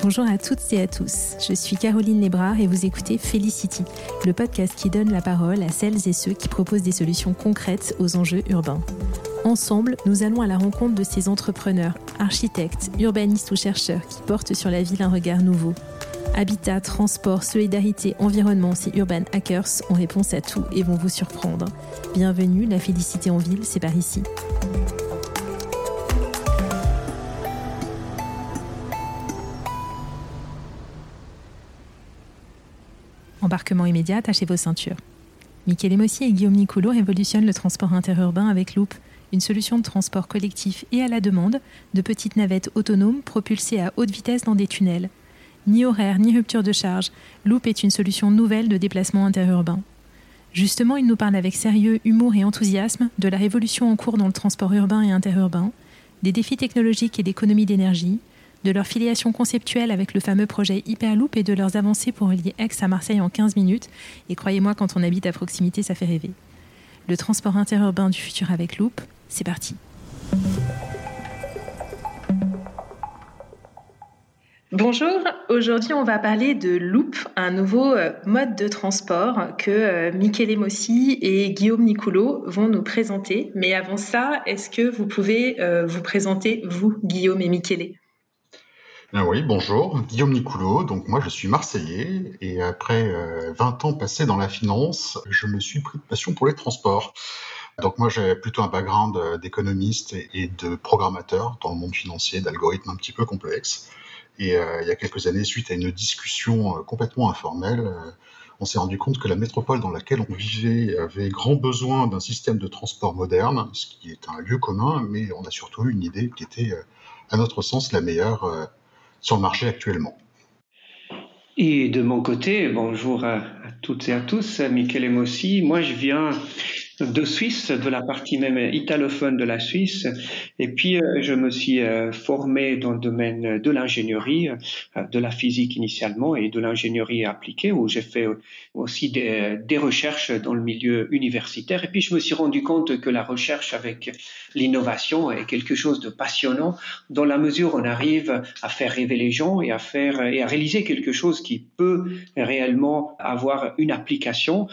Bonjour à toutes et à tous, je suis Caroline Lébrard et vous écoutez Felicity, le podcast qui donne la parole à celles et ceux qui proposent des solutions concrètes aux enjeux urbains. Ensemble, nous allons à la rencontre de ces entrepreneurs, architectes, urbanistes ou chercheurs qui portent sur la ville un regard nouveau. Habitat, transport, solidarité, environnement, ces Urban Hackers ont réponse à tout et vont vous surprendre. Bienvenue, la félicité en ville, c'est par ici. Embarquement immédiat, attachez vos ceintures. Michele Mossi et Guillaume Nicoulot révolutionnent le transport interurbain avec Loop, une solution de transport collectif et à la demande, de petites navettes autonomes propulsées à haute vitesse dans des tunnels. Ni horaire, ni rupture de charge, Loop est une solution nouvelle de déplacement interurbain. Justement, il nous parle avec sérieux, humour et enthousiasme de la révolution en cours dans le transport urbain et interurbain, des défis technologiques et d'économie d'énergie, de leur filiation conceptuelle avec le fameux projet Hyperloop et de leurs avancées pour relier Aix à Marseille en 15 minutes. Et croyez-moi, quand on habite à proximité, ça fait rêver. Le transport interurbain du futur avec Loop, c'est parti. Bonjour, aujourd'hui on va parler de Loop, un nouveau mode de transport que Michele Mossi et Guillaume Nicoulot vont nous présenter. Mais avant ça, est-ce que vous pouvez vous présenter, vous, Guillaume et Michele ? Oui, bonjour, Guillaume Nicoulot, donc moi je suis Marseillais et après 20 ans passés dans la finance, je me suis pris de passion pour les transports. Donc moi j'ai plutôt un background d'économiste et de programmateur dans le monde financier, d'algorithmes un petit peu complexes. Et il y a quelques années, suite à une discussion complètement informelle, on s'est rendu compte que la métropole dans laquelle on vivait avait grand besoin d'un système de transport moderne, ce qui est un lieu commun, mais on a surtout eu une idée qui était, à notre sens, la meilleure sur le marché actuellement. Et de mon côté, bonjour à toutes et à tous, Michele Mossi. Moi, je viens de Suisse, de la partie même italophone de la Suisse. Et puis, je me suis formé dans le domaine de l'ingénierie, de la physique initialement et de l'ingénierie appliquée, où j'ai fait aussi des recherches dans le milieu universitaire. Et puis, je me suis rendu compte que la recherche avec l'innovation est quelque chose de passionnant, dans la mesure où on arrive à faire rêver les gens et à réaliser quelque chose qui peut réellement avoir une application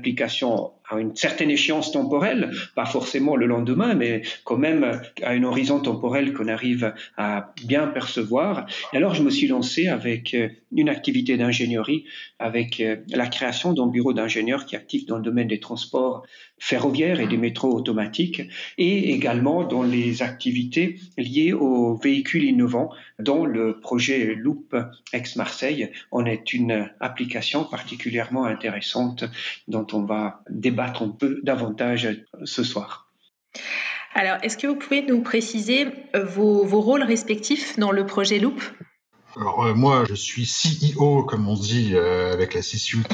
à une certaine échéance temporelle, pas forcément le lendemain, mais quand même à un horizon temporel qu'on arrive à bien percevoir. Et alors, je me suis lancé avec une activité d'ingénierie, avec la création d'un bureau d'ingénieurs qui est actif dans le domaine des transports ferroviaires et des métros automatiques, et également dans les activités liées aux véhicules innovants, dont le projet Loop Aix-Marseille en est une application particulièrement intéressante dont on va débattre un peu davantage ce soir. Alors, est-ce que vous pouvez nous préciser vos rôles respectifs dans le projet Loop ? Alors moi, je suis CEO, comme on dit avec la C-suite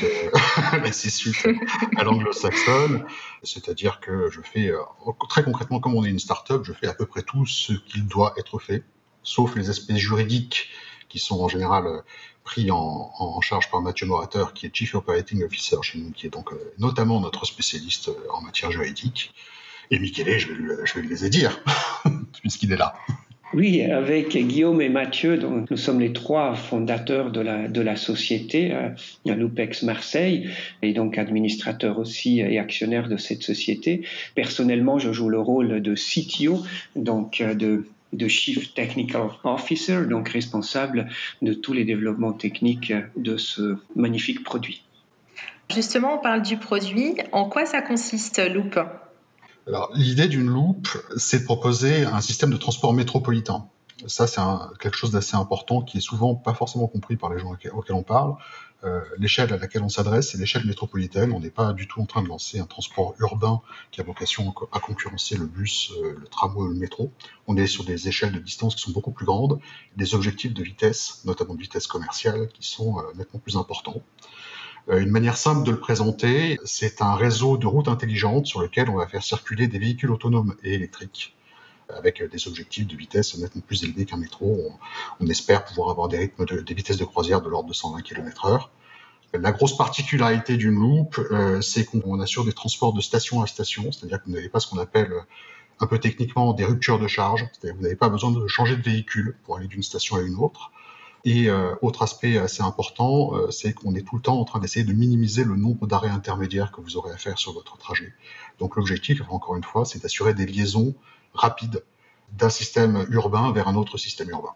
à l'anglo-saxonne, c'est-à-dire que je fais très concrètement, comme on est une start-up, je fais à peu près tout ce qu'il doit être fait, sauf les aspects juridiques qui sont en général pris en charge par Mathieu Morateur, qui est Chief Operating Officer chez nous, qui est donc notamment notre spécialiste en matière juridique. Et Michele, je vais lui laisser dire, puisqu'il est là. Oui, avec Guillaume et Mathieu, donc nous sommes les trois fondateurs de la société, Loop Aix-Marseille, et donc administrateur aussi et actionnaire de cette société. Personnellement, je joue le rôle de CTO, donc de Chief Technical Officer, donc responsable de tous les développements techniques de ce magnifique produit. Justement, on parle du produit. En quoi ça consiste, Loop ? Alors, l'idée d'une Loop, c'est de proposer un système de transport métropolitain. Ça, c'est quelque chose d'assez important qui est souvent pas forcément compris par les gens auxquels on parle. L'échelle à laquelle on s'adresse, c'est l'échelle métropolitaine. On n'est pas du tout en train de lancer un transport urbain qui a vocation à concurrencer le bus, le tramway ou le métro. On est sur des échelles de distance qui sont beaucoup plus grandes, des objectifs de vitesse, notamment de vitesse commerciale, qui sont nettement plus importants. Une manière simple de le présenter, c'est un réseau de routes intelligentes sur lequel on va faire circuler des véhicules autonomes et électriques avec des objectifs de vitesse nettement plus élevés qu'un métro. On espère pouvoir avoir des vitesses de croisière de l'ordre de 120 km/h. La grosse particularité d'une Loop, c'est qu'on assure des transports de station à station, c'est-à-dire que vous n'avez pas ce qu'on appelle un peu techniquement des ruptures de charge, c'est-à-dire que vous n'avez pas besoin de changer de véhicule pour aller d'une station à une autre. Et autre aspect assez important, c'est qu'on est tout le temps en train d'essayer de minimiser le nombre d'arrêts intermédiaires que vous aurez à faire sur votre trajet. Donc l'objectif, encore une fois, c'est d'assurer des liaisons rapides d'un système urbain vers un autre système urbain.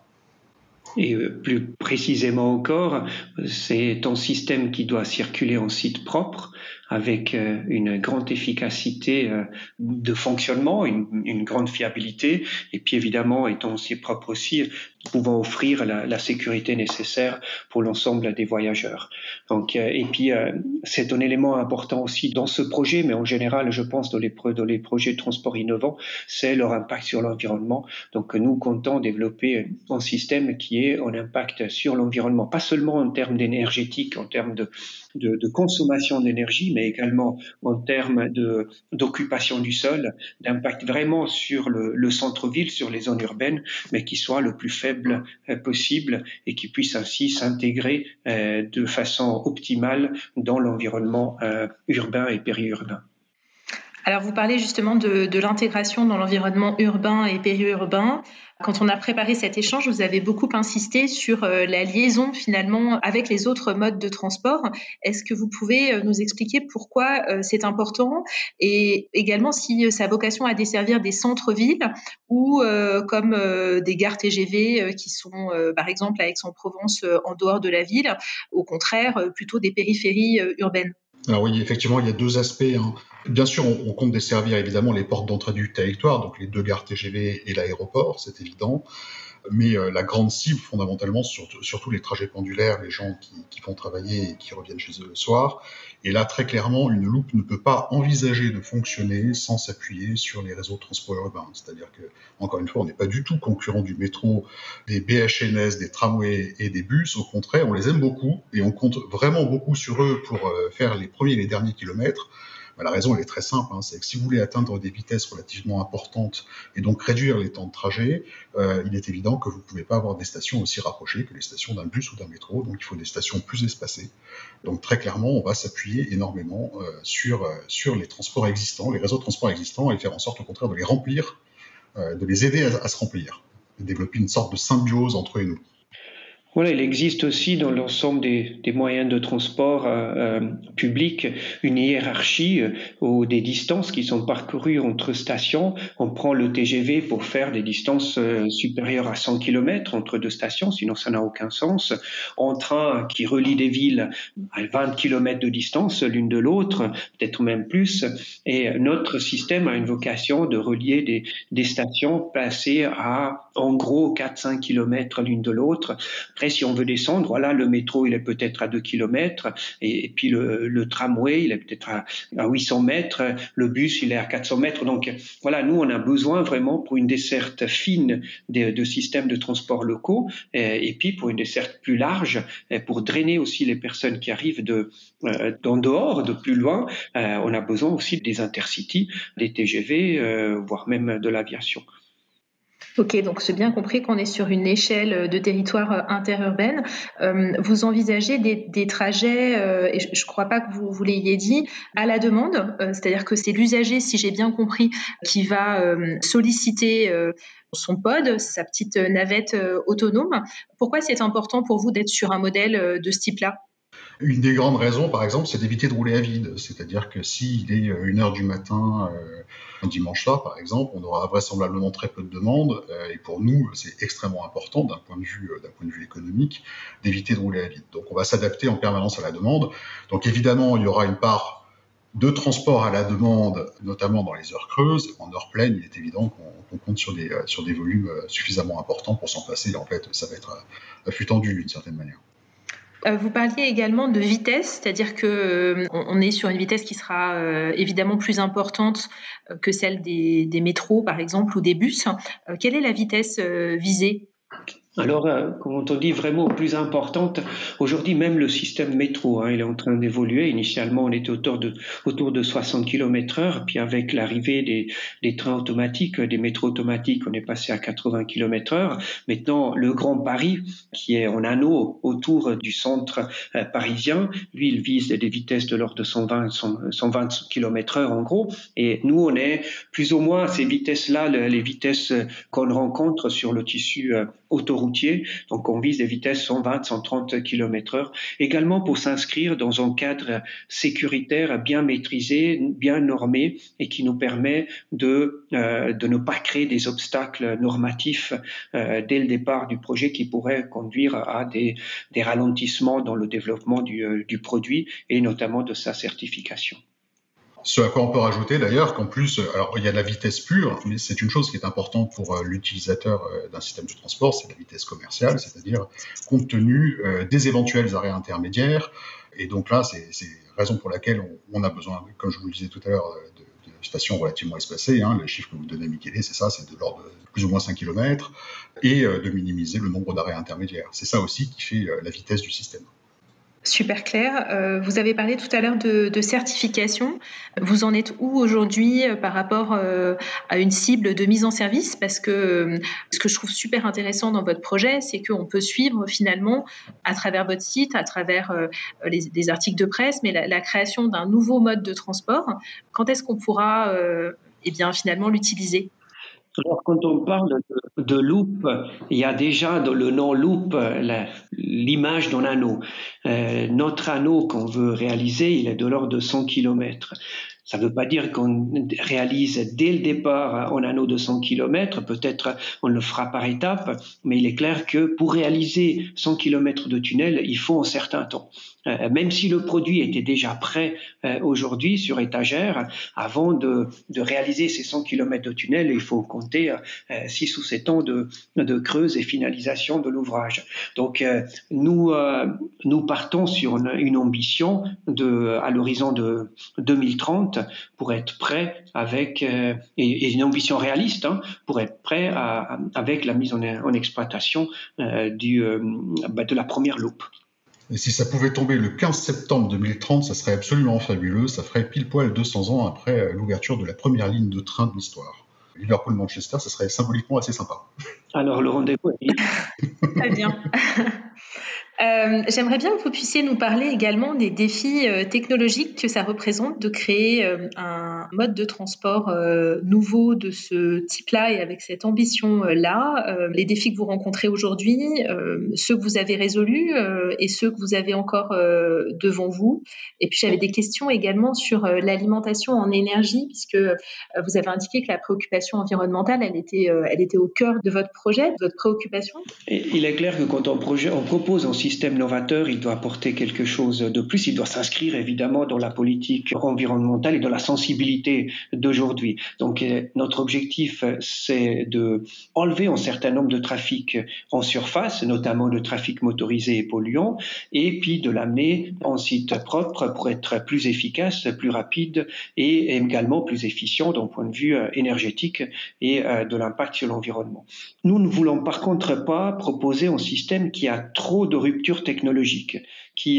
Et plus précisément encore, c'est un système qui doit circuler en site propre avec une grande efficacité de fonctionnement, une grande fiabilité, et puis évidemment, étant site propre aussi, pouvant offrir la sécurité nécessaire pour l'ensemble des voyageurs. Donc, et puis, c'est un élément important aussi dans ce projet, mais en général, je pense, dans les projets de transport innovants, c'est leur impact sur l'environnement. Donc, nous comptons développer un système qui ait un impact sur l'environnement, pas seulement en termes d'énergétique, en termes de consommation d'énergie, mais également en termes d'occupation du sol, d'impact vraiment sur le centre-ville, sur les zones urbaines, mais qui soit le plus faible possible et qui puisse ainsi s'intégrer de façon optimale dans l'environnement urbain et périurbain. Alors, vous parlez justement de l'intégration dans l'environnement urbain et périurbain. Quand on a préparé cet échange, vous avez beaucoup insisté sur la liaison finalement avec les autres modes de transport. Est-ce que vous pouvez nous expliquer pourquoi c'est important et également si ça a vocation à desservir des centres-villes ou comme des gares TGV qui sont par exemple à Aix-en-Provence en dehors de la ville, au contraire plutôt des périphéries urbaines? Alors oui, effectivement, il y a deux aspects. Bien sûr, on compte desservir évidemment les portes d'entrée du territoire, donc les 2 gares TGV et l'aéroport, c'est évident. Mais la grande cible, fondamentalement, surtout les trajets pendulaires, les gens qui vont travailler et qui reviennent chez eux le soir. Et là, très clairement, une loupe ne peut pas envisager de fonctionner sans s'appuyer sur les réseaux de transport urbain. C'est-à-dire que, encore une fois, on n'est pas du tout concurrent du métro, des BHNS, des tramways et des bus. Au contraire, on les aime beaucoup et on compte vraiment beaucoup sur eux pour faire les premiers et les derniers kilomètres. La raison, elle est très simple, c'est que si vous voulez atteindre des vitesses relativement importantes et donc réduire les temps de trajet, il est évident que vous ne pouvez pas avoir des stations aussi rapprochées que les stations d'un bus ou d'un métro, donc il faut des stations plus espacées. Donc très clairement, on va s'appuyer énormément sur les transports existants, les réseaux de transport existants, et faire en sorte au contraire de les remplir, de les aider à se remplir, de développer une sorte de symbiose entre eux et nous. Voilà, il existe aussi dans l'ensemble des moyens de transport publics une hiérarchie ou des distances qui sont parcourues entre stations. On prend le TGV pour faire des distances supérieures à 100 km entre 2 stations, sinon ça n'a aucun sens. En train qui relie des villes à 20 km de distance l'une de l'autre, peut-être même plus. Et notre système a une vocation de relier des stations placées à en gros 4-5 km l'une de l'autre. Après, si on veut descendre, voilà, le métro, il est peut-être à 2 km, et puis le tramway, il est peut-être à 800 mètres, le bus, il est à 400 mètres. Donc, voilà, nous, on a besoin vraiment pour une desserte fine de systèmes de transport locaux, et puis pour une desserte plus large, pour drainer aussi les personnes qui arrivent d'en dehors, de plus loin, on a besoin aussi des intercities, des TGV, voire même de l'aviation. Ok, donc j'ai bien compris qu'on est sur une échelle de territoire interurbaine. Vous envisagez des trajets, et je ne crois pas que vous l'ayez dit, à la demande, c'est-à-dire que c'est l'usager, si j'ai bien compris, qui va solliciter son pod, sa petite navette autonome. Pourquoi c'est important pour vous d'être sur un modèle de ce type-là ? Une des grandes raisons, par exemple, c'est d'éviter de rouler à vide. C'est-à-dire que s'il est 1h du matin, un dimanche soir, par exemple, on aura vraisemblablement très peu de demandes. Et pour nous, c'est extrêmement important, d'un point de vue économique, d'éviter de rouler à vide. Donc on va s'adapter en permanence à la demande. Donc évidemment, il y aura une part de transport à la demande, notamment dans les heures creuses. En heure pleine, il est évident qu'on compte sur des volumes suffisamment importants pour s'en passer. En fait, ça va être à flux tendu d'une certaine manière. Vous parliez également de vitesse, c'est-à-dire que on est sur une vitesse qui sera évidemment plus importante que celle des métros, par exemple, ou des bus. Quelle est la vitesse visée ? Alors, comme on dit, vraiment plus importante, aujourd'hui même le système métro, il est en train d'évoluer. Initialement, on était autour de 60 km/h, puis avec l'arrivée des trains automatiques, des métros automatiques, on est passé à 80 km/h. Maintenant, le Grand Paris, qui est en anneau autour du centre parisien, lui, il vise des vitesses de l'ordre de 120 km/h en gros. Et nous, on est plus ou moins à ces vitesses-là, les vitesses qu'on rencontre sur le tissu autoroutier. Donc on vise des vitesses 120-130 km/h. Également pour s'inscrire dans un cadre sécuritaire bien maîtrisé, bien normé et qui nous permet de ne pas créer des obstacles normatifs dès le départ du projet qui pourraient conduire à des ralentissements dans le développement du produit et notamment de sa certification. Ce à quoi on peut rajouter d'ailleurs qu'en plus, alors il y a la vitesse pure, mais c'est une chose qui est importante pour l'utilisateur d'un système de transport, c'est la vitesse commerciale, c'est-à-dire compte tenu des éventuels arrêts intermédiaires. Et donc là, c'est raison pour laquelle on a besoin, comme je vous le disais tout à l'heure, de stations relativement espacées. Le chiffre que vous donnez, Michele, c'est ça, c'est de l'ordre de plus ou moins 5 km, et de minimiser le nombre d'arrêts intermédiaires. C'est ça aussi qui fait la vitesse du système. Super clair. Vous avez parlé tout à l'heure de certification. Vous en êtes où aujourd'hui par rapport à une cible de mise en service? Parce que ce que je trouve super intéressant dans votre projet, c'est qu'on peut suivre finalement à travers votre site, à travers des articles de presse, mais la création d'un nouveau mode de transport. Quand est-ce qu'on pourra finalement l'utiliser? Alors, quand on parle de loop, il y a déjà dans le nom loop l'image d'un anneau. Notre anneau qu'on veut réaliser, il est de l'ordre de 100 km. Ça ne veut pas dire qu'on réalise dès le départ un anneau de 100 km, peut-être on le fera par étapes, mais il est clair que pour réaliser 100 km de tunnel, il faut un certain temps. Même si le produit était déjà prêt aujourd'hui sur étagère, avant de réaliser ces 100 km de tunnel, il faut compter 6 ou 7 ans de creuse et finalisation de l'ouvrage. Donc nous partons sur une ambition à l'horizon de 2030 pour être prêt avec et une ambition réaliste pour être prêt avec la mise en exploitation de la première loupe. Et si ça pouvait tomber le 15 septembre 2030, ça serait absolument fabuleux. Ça ferait pile poil 200 ans après l'ouverture de la première ligne de train de l'histoire. Liverpool-Manchester, ça serait symboliquement assez sympa. Alors, le rendez-vous est... Très bien. J'aimerais bien que vous puissiez nous parler également des défis technologiques que ça représente de créer un mode de transport nouveau de ce type-là et avec cette ambition-là. Les défis que vous rencontrez aujourd'hui, ceux que vous avez résolus et ceux que vous avez encore devant vous. Et puis j'avais des questions également sur l'alimentation en énergie, puisque vous avez indiqué que la préoccupation environnementale, elle était au cœur de votre projet, de votre préoccupation. Et il est clair que quand on propose un système novateur, il doit apporter quelque chose de plus. Il doit s'inscrire évidemment dans la politique environnementale et dans la sensibilité d'aujourd'hui. Donc notre objectif, c'est de enlever un certain nombre de trafics en surface, notamment le trafic motorisé et polluant, et puis de l'amener en site propre pour être plus efficace, plus rapide et également plus efficient d'un point de vue énergétique et de l'impact sur l'environnement. Nous ne voulons par contre pas proposer un système qui a trop de ruptures technologiques, qui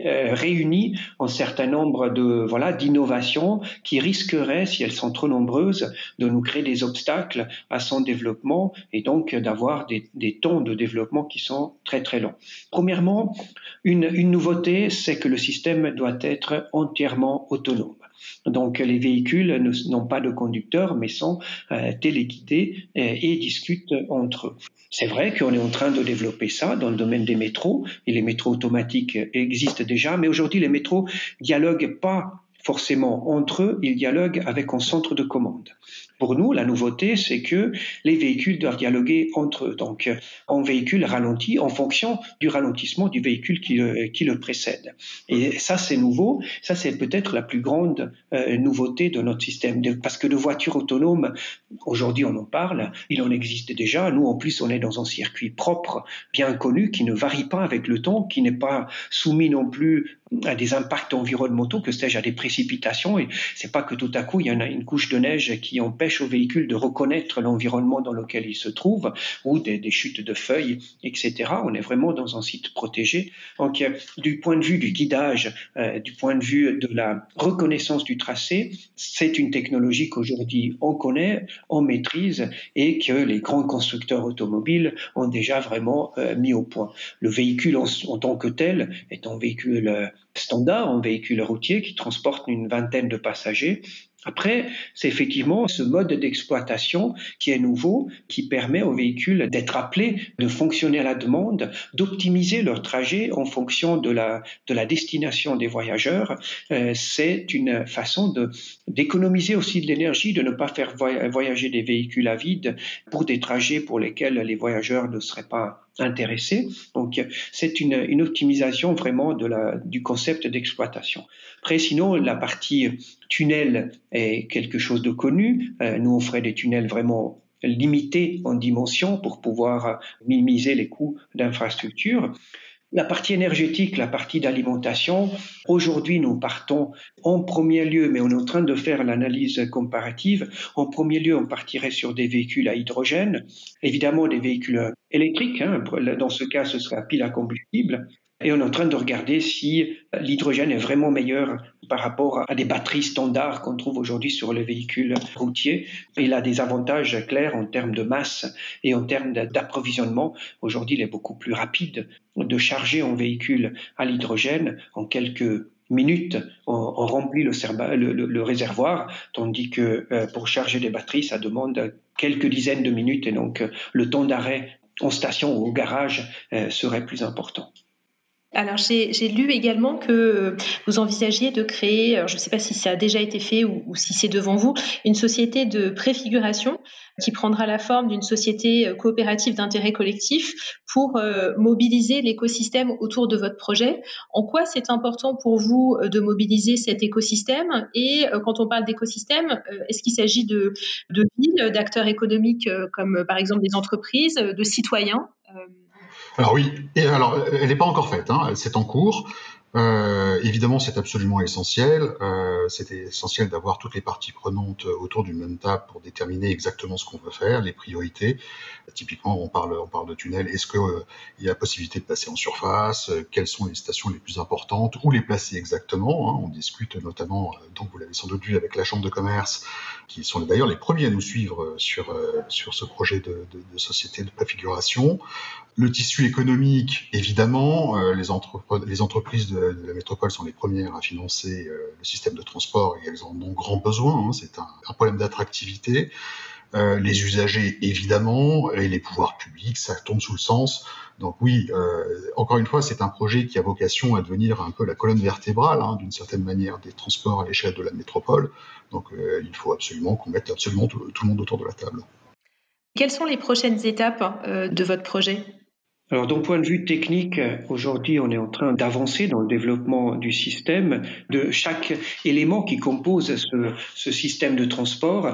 réunit un certain nombre d'innovations qui risqueraient, si elles sont trop nombreuses, de nous créer des obstacles à son développement et donc d'avoir des temps de développement qui sont très très longs. Premièrement, une nouveauté, c'est que le système doit être entièrement autonome. Donc les véhicules n'ont pas de conducteur mais sont téléguidés et discutent entre eux. C'est vrai qu'on est en train de développer ça dans le domaine des métros et les métros automatiques existent déjà, mais aujourd'hui les métros dialoguent pas forcément entre eux, ils dialoguent avec un centre de commande. Pour nous, la nouveauté, c'est que les véhicules doivent dialoguer entre eux. Donc, un véhicule ralentit en fonction du ralentissement du véhicule qui le précède. Et ça, c'est nouveau. Ça, c'est peut-être la plus grande nouveauté de notre système. Parce que de voitures autonomes, aujourd'hui, on en parle. Il en existe déjà. Nous, en plus, on est dans un circuit propre, bien connu, qui ne varie pas avec le temps, qui n'est pas soumis non plus à des impacts environnementaux, que sais-je, à des précipitations. Et c'est pas que tout à coup, il y en a une couche de neige qui empêche au véhicule de reconnaître l'environnement dans lequel il se trouve, ou des chutes de feuilles, etc. On est vraiment dans un site protégé. Donc, du point de vue du guidage, du point de vue de la reconnaissance du tracé, c'est une technologie qu'aujourd'hui on connaît, on maîtrise et que les grands constructeurs automobiles ont déjà vraiment mis au point. Le véhicule en tant que tel est un véhicule standard, un véhicule routier qui transporte une vingtaine de passagers Après, c'est effectivement ce mode d'exploitation qui est nouveau, qui permet aux véhicules d'être appelés, de fonctionner à la demande, d'optimiser leur trajet en fonction de la destination des voyageurs. C'est une façon d'économiser aussi de l'énergie, de ne pas faire voyager des véhicules à vide pour des trajets pour lesquels les voyageurs ne seraient pas intéressés. Donc, c'est une optimisation vraiment du concept d'exploitation. Après, sinon, la partie tunnel est quelque chose de connu. Nous, on ferait des tunnels vraiment limités en dimension pour pouvoir minimiser les coûts d'infrastructure. La partie énergétique, la partie d'alimentation, aujourd'hui nous partons en premier lieu, mais on est en train de faire l'analyse comparative, en premier lieu on partirait sur des véhicules à hydrogène, évidemment des véhicules électriques, dans ce cas ce serait à pile à combustible, et on est en train de regarder si l'hydrogène est vraiment meilleur par rapport à des batteries standards qu'on trouve aujourd'hui sur les véhicules routiers. Il a des avantages clairs en termes de masse et en termes d'approvisionnement. Aujourd'hui, il est beaucoup plus rapide de charger un véhicule à l'hydrogène. En quelques minutes, on remplit le réservoir, tandis que pour charger des batteries, ça demande quelques dizaines de minutes et donc le temps d'arrêt en station ou au garage serait plus important. Alors, j'ai lu également que vous envisagiez de créer, alors je ne sais pas si ça a déjà été fait ou si c'est devant vous, une société de préfiguration qui prendra la forme d'une société coopérative d'intérêt collectif pour mobiliser l'écosystème autour de votre projet. En quoi c'est important pour vous de mobiliser cet écosystème? Et quand on parle d'écosystème, est-ce qu'il s'agit de villes, d'acteurs économiques comme par exemple des entreprises, de citoyens? Alors oui, elle n'est pas encore faite, c'est en cours. Évidemment, c'est absolument essentiel. C'était essentiel d'avoir toutes les parties prenantes autour d'une même table pour déterminer exactement ce qu'on veut faire, les priorités. Typiquement, on parle de tunnels. Est-ce que il y a la possibilité de passer en surface? Quelles sont les stations les plus importantes? Où les placer exactement? On discute notamment, donc vous l'avez sans doute vu avec la Chambre de commerce, qui sont d'ailleurs les premiers à nous suivre sur ce projet de société de préfiguration. Le tissu économique, évidemment, les entreprises de la métropole sont les premières à financer le système de transport et elles en ont grand besoin. C'est un problème d'attractivité. Les usagers, évidemment, et les pouvoirs publics, ça tombe sous le sens. Donc oui, encore une fois, c'est un projet qui a vocation à devenir un peu la colonne vertébrale, d'une certaine manière, des transports à l'échelle de la métropole. Donc il faut absolument qu'on mette absolument tout le monde autour de la table. Quelles sont les prochaines étapes de votre projet ? Alors, d'un point de vue technique, aujourd'hui, on est en train d'avancer dans le développement du système, de chaque élément qui compose ce système de transport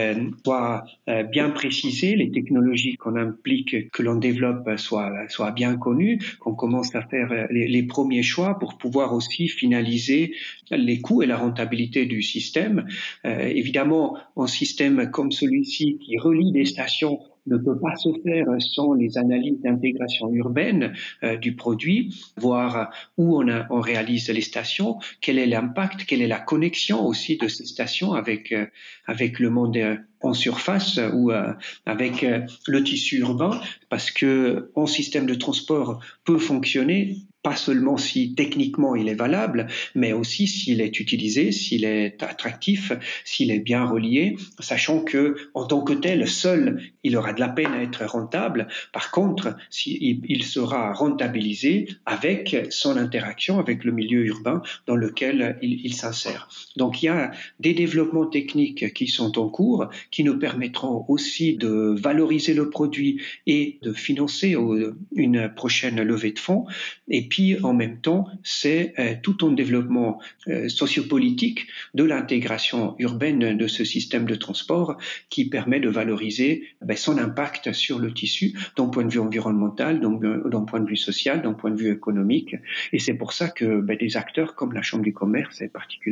soit bien précisé, les technologies qu'on implique, que l'on développe soient bien connues, qu'on commence à faire les premiers choix pour pouvoir aussi finaliser les coûts et la rentabilité du système. Évidemment, un système comme celui-ci qui relie des stations ne peut pas se faire sans les analyses d'intégration urbaine du produit, voir où on réalise les stations, quel est l'impact, quelle est la connexion aussi de ces stations avec le monde en surface ou avec le tissu urbain, parce que un système de transport peut fonctionner pas seulement si techniquement il est valable, mais aussi s'il est utilisé, s'il est attractif, s'il est bien relié, sachant que en tant que tel, seul, il aura de la peine à être rentable. Par contre, il sera rentabilisé avec son interaction avec le milieu urbain dans lequel il s'insère. Donc il y a des développements techniques qui sont en cours, qui nous permettront aussi de valoriser le produit et de financer une prochaine levée de fonds. Et puis, en même temps, c'est tout un développement sociopolitique de l'intégration urbaine de ce système de transport qui permet de valoriser son impact sur le tissu d'un point de vue environnemental, d'un point de vue social, d'un point de vue économique. Et c'est pour ça que des acteurs comme la Chambre du commerce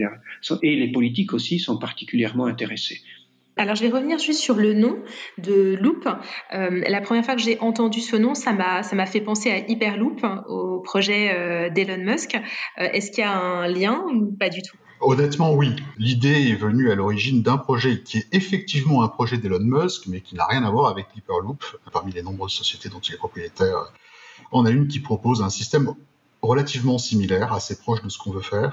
et les politiques aussi sont particulièrement intéressés. Alors, je vais revenir juste sur le nom de Loop. La première fois que j'ai entendu ce nom, ça m'a fait penser à Hyperloop, au projet d'Elon Musk. Est-ce qu'il y a un lien ou pas du tout ? Honnêtement, oui. L'idée est venue à l'origine d'un projet qui est effectivement un projet d'Elon Musk, mais qui n'a rien à voir avec Hyperloop. Parmi les nombreuses sociétés dont il est propriétaire, on a une qui propose un système relativement similaire, assez proche de ce qu'on veut faire,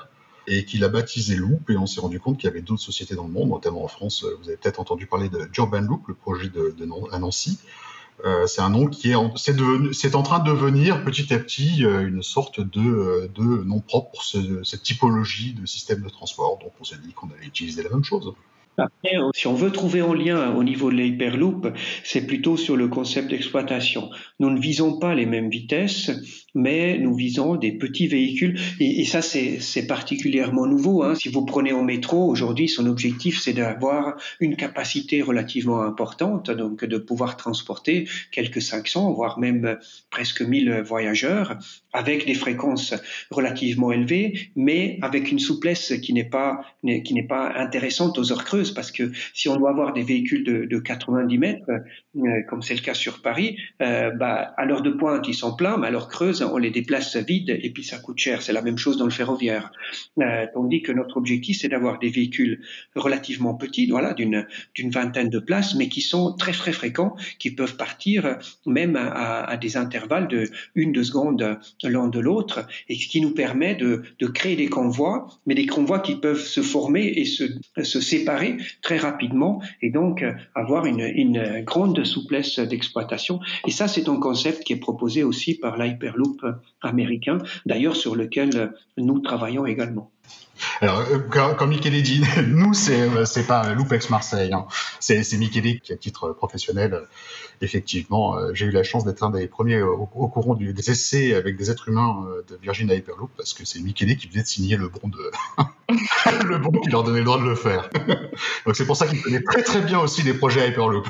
et qu'il a baptisé Loop, et on s'est rendu compte qu'il y avait d'autres sociétés dans le monde, notamment en France. Vous avez peut-être entendu parler d'Urban Loop, le projet à Nancy. C'est un nom qui c'est en train de devenir petit à petit une sorte de nom propre pour cette typologie de système de transport. Donc on s'est dit qu'on allait utiliser la même chose. Après, si on veut trouver un lien au niveau de l'Hyperloop, c'est plutôt sur le concept d'exploitation. Nous ne visons pas les mêmes vitesses, mais nous visons des petits véhicules. Et ça, c'est particulièrement nouveau. Hein. Si vous prenez en métro, aujourd'hui, son objectif, c'est d'avoir une capacité relativement importante, donc de pouvoir transporter quelques 500, voire même presque 1000 voyageurs, avec des fréquences relativement élevées, mais avec une souplesse qui n'est pas intéressante aux heures creuses, parce que si on doit avoir des véhicules de 90 mètres, comme c'est le cas sur Paris, à l'heure de pointe, ils sont pleins, mais à l'heure creuse, on les déplace vides et puis ça coûte cher. C'est la même chose dans le ferroviaire. Tandis que notre objectif, c'est d'avoir des véhicules relativement petits, voilà, d'une vingtaine de places, mais qui sont très très fréquents, qui peuvent partir même à des intervalles de 1-2 secondes l'un de l'autre, et ce qui nous permet de créer des convois, mais des convois qui peuvent se former et se séparer très rapidement, et donc avoir une grande souplesse d'exploitation. Et ça, c'est un concept qui est proposé aussi par l'Hyperloop américain, d'ailleurs sur lequel nous travaillons également. Alors, comme Michele dit, nous, c'est pas Loop Aix-Marseille, hein. C'est Michele qui, à titre professionnel, effectivement, j'ai eu la chance d'être un des premiers au courant des essais avec des êtres humains de Virgin Hyperloop, parce que c'est Michele qui venait de signer le bon le bon qui leur donnait le droit de le faire. Donc c'est pour ça qu'il connaît très très bien aussi les projets Hyperloop.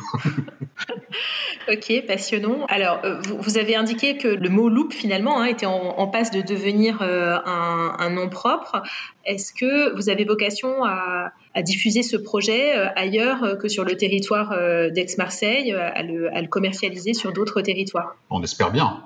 Ok, passionnant. Alors, vous avez indiqué que le mot loop, finalement, était en passe de devenir un nom propre. Est-ce que vous avez vocation à diffuser ce projet ailleurs que sur le territoire d'Aix-Marseille, à le commercialiser sur d'autres territoires? On espère bien.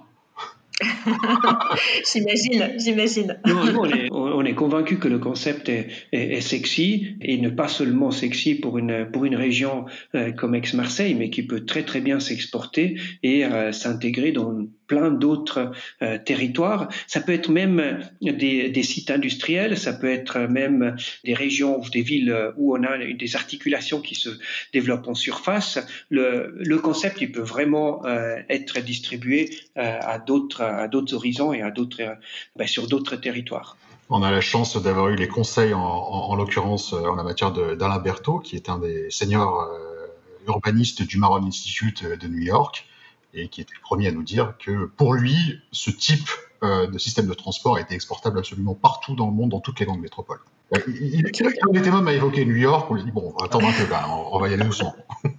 J'imagine. Non, on est convaincu que le concept est sexy, et ne pas seulement sexy pour une région comme Aix-Marseille, mais qui peut très très bien s'exporter et s'intégrer dans plein d'autres territoires. Ça peut être même des sites industriels, ça peut être même des régions ou des villes où on a des articulations qui se développent en surface. Le concept, il peut vraiment être distribué à d'autres horizons et sur d'autres territoires. On a la chance d'avoir eu les conseils, en l'occurrence en la matière d'Alain Berthaud, qui est un des seniors urbanistes du Marron Institute de New York, et qui était le premier à nous dire que pour lui, ce type de système de transport était exportable absolument partout dans le monde, dans toutes les grandes métropoles. Il était même à évoquer New York, on lui dit bon, on va attendre un peu, on va y aller doucement.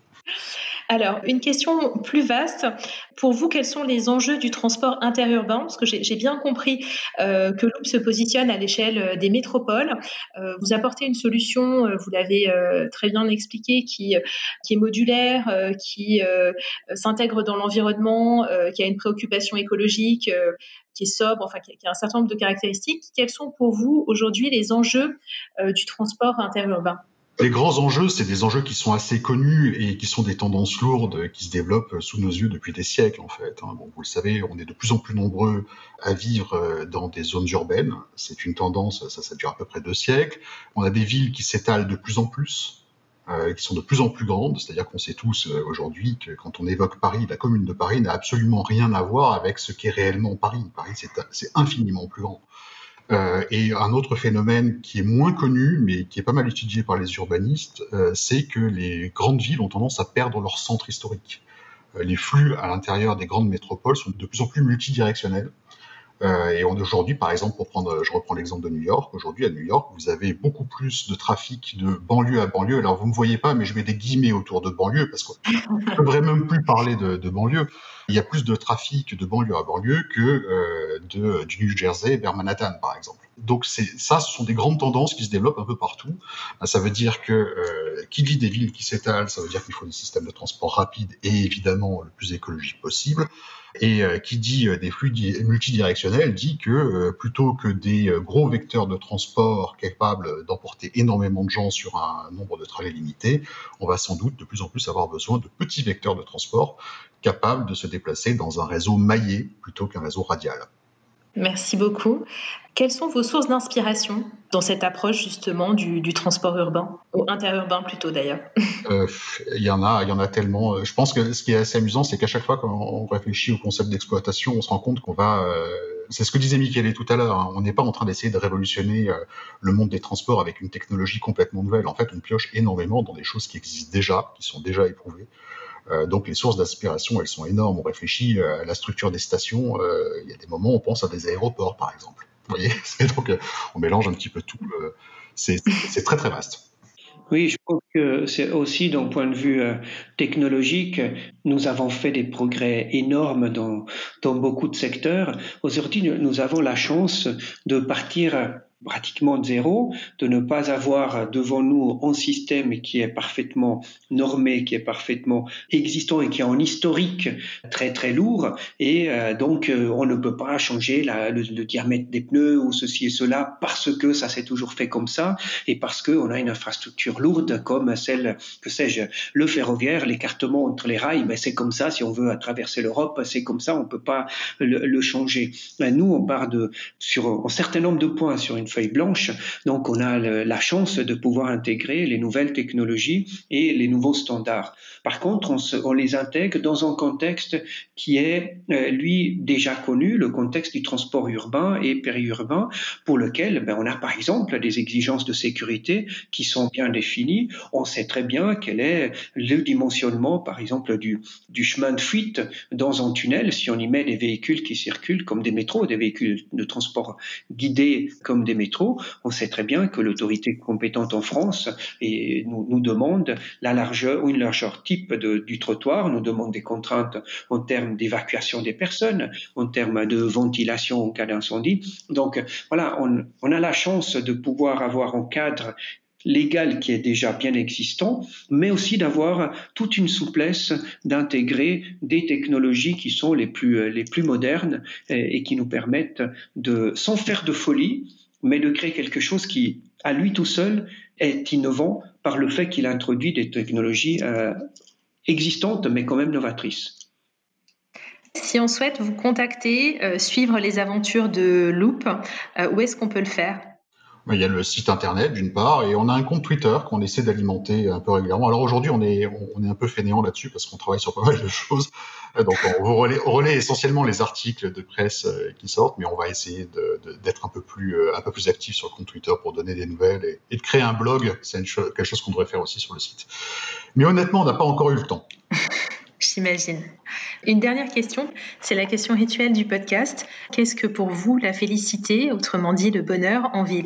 Alors, une question plus vaste. Pour vous, quels sont les enjeux du transport interurbain? Parce que j'ai bien compris que Loop se positionne à l'échelle des métropoles. Vous apportez une solution, vous l'avez très bien expliqué, qui est modulaire, qui s'intègre dans l'environnement, qui a une préoccupation écologique, qui est sobre, enfin qui a un certain nombre de caractéristiques. Quels sont pour vous aujourd'hui les enjeux du transport interurbain? Les grands enjeux, c'est des enjeux qui sont assez connus et qui sont des tendances lourdes qui se développent sous nos yeux depuis des siècles, en fait. Bon, vous le savez, on est de plus en plus nombreux à vivre dans des zones urbaines. C'est une tendance, ça dure à peu près 2 siècles. On a des villes qui s'étalent de plus en plus, qui sont de plus en plus grandes. C'est-à-dire qu'on sait tous aujourd'hui que quand on évoque Paris, la commune de Paris n'a absolument rien à voir avec ce qu'est réellement Paris. Paris, c'est infiniment plus grand. Et un autre phénomène qui est moins connu, mais qui est pas mal étudié par les urbanistes, c'est que les grandes villes ont tendance à perdre leur centre historique. Les flux à l'intérieur des grandes métropoles sont de plus en plus multidirectionnels. Et aujourd'hui, par exemple, je reprends l'exemple de New York. Aujourd'hui, à New York, vous avez beaucoup plus de trafic de banlieue à banlieue. Alors, vous me voyez pas, mais je mets des guillemets autour de banlieue parce qu'on ne devrait même plus parler de banlieue. Il y a plus de trafic de banlieue à banlieue que du New Jersey vers Manhattan, par exemple. Donc, ce sont des grandes tendances qui se développent un peu partout. Ça veut dire que qui dit des villes qui s'étalent, ça veut dire qu'il faut des systèmes de transport rapides et évidemment le plus écologique possible. Et qui dit des flux multidirectionnels dit que plutôt que des gros vecteurs de transport capables d'emporter énormément de gens sur un nombre de trajets limité, on va sans doute de plus en plus avoir besoin de petits vecteurs de transport capables de se déplacer dans un réseau maillé plutôt qu'un réseau radial. Merci beaucoup. Quelles sont vos sources d'inspiration dans cette approche justement du transport urbain, ou interurbain plutôt d'ailleurs? Il y en a tellement. Je pense que ce qui est assez amusant, c'est qu'à chaque fois quand on réfléchit au concept d'exploitation, on se rend compte qu'on va... c'est ce que disait Michele tout à l'heure, hein, on n'est pas en train d'essayer de révolutionner le monde des transports avec une technologie complètement nouvelle. En fait, on pioche énormément dans des choses qui existent déjà, qui sont déjà éprouvées. Donc les sources d'inspiration, elles sont énormes. On réfléchit à la structure des stations. Il y a des moments où on pense à des aéroports, par exemple. Vous voyez, donc on mélange un petit peu tout. C'est très très vaste. Oui, je pense que c'est aussi d'un point de vue technologique, nous avons fait des progrès énormes dans beaucoup de secteurs. Aujourd'hui, nous avons la chance de partir pratiquement de zéro, de ne pas avoir devant nous un système qui est parfaitement normé, qui est parfaitement existant et qui est en historique très très lourd, et donc on ne peut pas changer le diamètre des pneus ou ceci et cela parce que ça s'est toujours fait comme ça et parce qu'on a une infrastructure lourde comme celle, que sais-je, le ferroviaire, l'écartement entre les rails, ben c'est comme ça, si on veut traverser l'Europe, c'est comme ça, on ne peut pas le changer. Nous, on part sur un certain nombre de points sur une feuille blanche, donc on a la chance de pouvoir intégrer les nouvelles technologies et les nouveaux standards. Par contre, on les intègre dans un contexte qui est, lui, déjà connu, le contexte du transport urbain et périurbain, pour lequel on a par exemple des exigences de sécurité qui sont bien définies. On sait très bien quel est le dimensionnement, par exemple, du chemin de fuite dans un tunnel, si on y met des véhicules qui circulent comme des métros, des véhicules de transport guidés comme des métros. On sait très bien que l'autorité compétente en France nous demande la largeur ou une largeur type du trottoir, nous demande des contraintes en termes d'évacuation des personnes, en termes de ventilation en cas d'incendie. Donc voilà, on a la chance de pouvoir avoir un cadre légal qui est déjà bien existant, mais aussi d'avoir toute une souplesse d'intégrer des technologies qui sont les plus modernes et qui nous permettent sans faire de folie, mais de créer quelque chose qui, à lui tout seul, est innovant par le fait qu'il introduit des technologies existantes, mais quand même novatrices. Si on souhaite vous contacter, suivre les aventures de Loop, où est-ce qu'on peut le faire ? Il y a le site internet d'une part, et on a un compte Twitter qu'on essaie d'alimenter un peu régulièrement. Alors aujourd'hui, on est un peu fainéant là-dessus parce qu'on travaille sur pas mal de choses. Donc on relaie essentiellement les articles de presse qui sortent, mais on va essayer d'être un peu plus actif sur le compte Twitter pour donner des nouvelles et de créer un blog. C'est quelque chose qu'on devrait faire aussi sur le site. Mais honnêtement, on n'a pas encore eu le temps. J'imagine. Une dernière question, c'est la question rituelle du podcast. Qu'est-ce que pour vous la félicité, autrement dit le bonheur en ville ?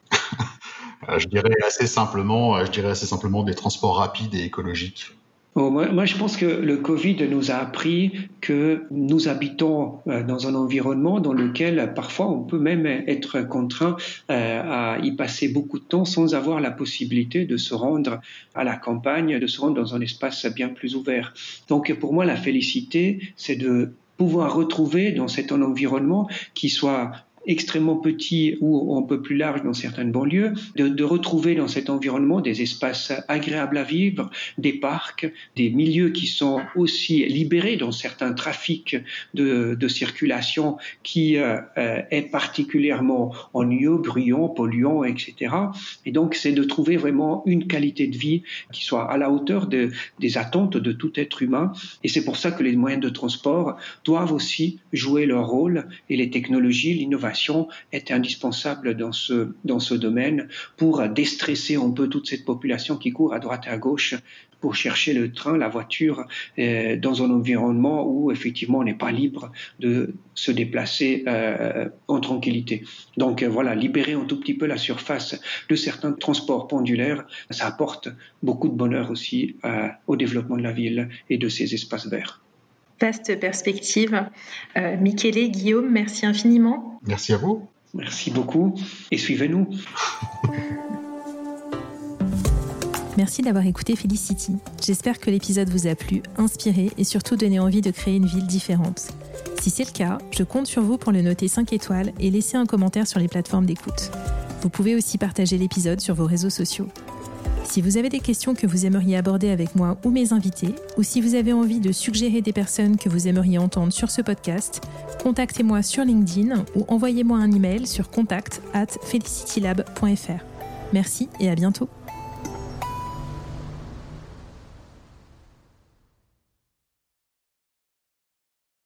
Je dirais assez simplement des transports rapides et écologiques. Bon, moi, je pense que le Covid nous a appris que nous habitons dans un environnement dans lequel parfois on peut même être contraint à y passer beaucoup de temps sans avoir la possibilité de se rendre à la campagne, de se rendre dans un espace bien plus ouvert. Donc pour moi, la félicité, c'est de pouvoir retrouver dans cet environnement qui soit extrêmement petit ou un peu plus large dans certaines banlieues, de retrouver dans cet environnement des espaces agréables à vivre, des parcs, des milieux qui sont aussi libérés dans certains trafics de circulation qui est particulièrement ennuyeux, bruyant, polluant, etc. Et donc, c'est de trouver vraiment une qualité de vie qui soit à la hauteur des attentes de tout être humain. Et c'est pour ça que les moyens de transport doivent aussi jouer leur rôle et les technologies, l'innovation est indispensable dans ce domaine pour déstresser un peu toute cette population qui court à droite et à gauche pour chercher le train, la voiture, dans un environnement où effectivement on n'est pas libre de se déplacer en tranquillité. Donc voilà, libérer un tout petit peu la surface de certains transports pendulaires, ça apporte beaucoup de bonheur aussi au développement de la ville et de ses espaces verts. Vaste perspective. Michele, Guillaume, merci infiniment. Merci à vous. Merci beaucoup et suivez-nous. Merci d'avoir écouté Felicity. J'espère que l'épisode vous a plu, inspiré et surtout donné envie de créer une ville différente. Si c'est le cas, je compte sur vous pour le noter 5 étoiles et laisser un commentaire sur les plateformes d'écoute. Vous pouvez aussi partager l'épisode sur vos réseaux sociaux. Si vous avez des questions que vous aimeriez aborder avec moi ou mes invités, ou si vous avez envie de suggérer des personnes que vous aimeriez entendre sur ce podcast, contactez-moi sur LinkedIn ou envoyez-moi un email sur contact@felicitylab.fr. Merci et à bientôt.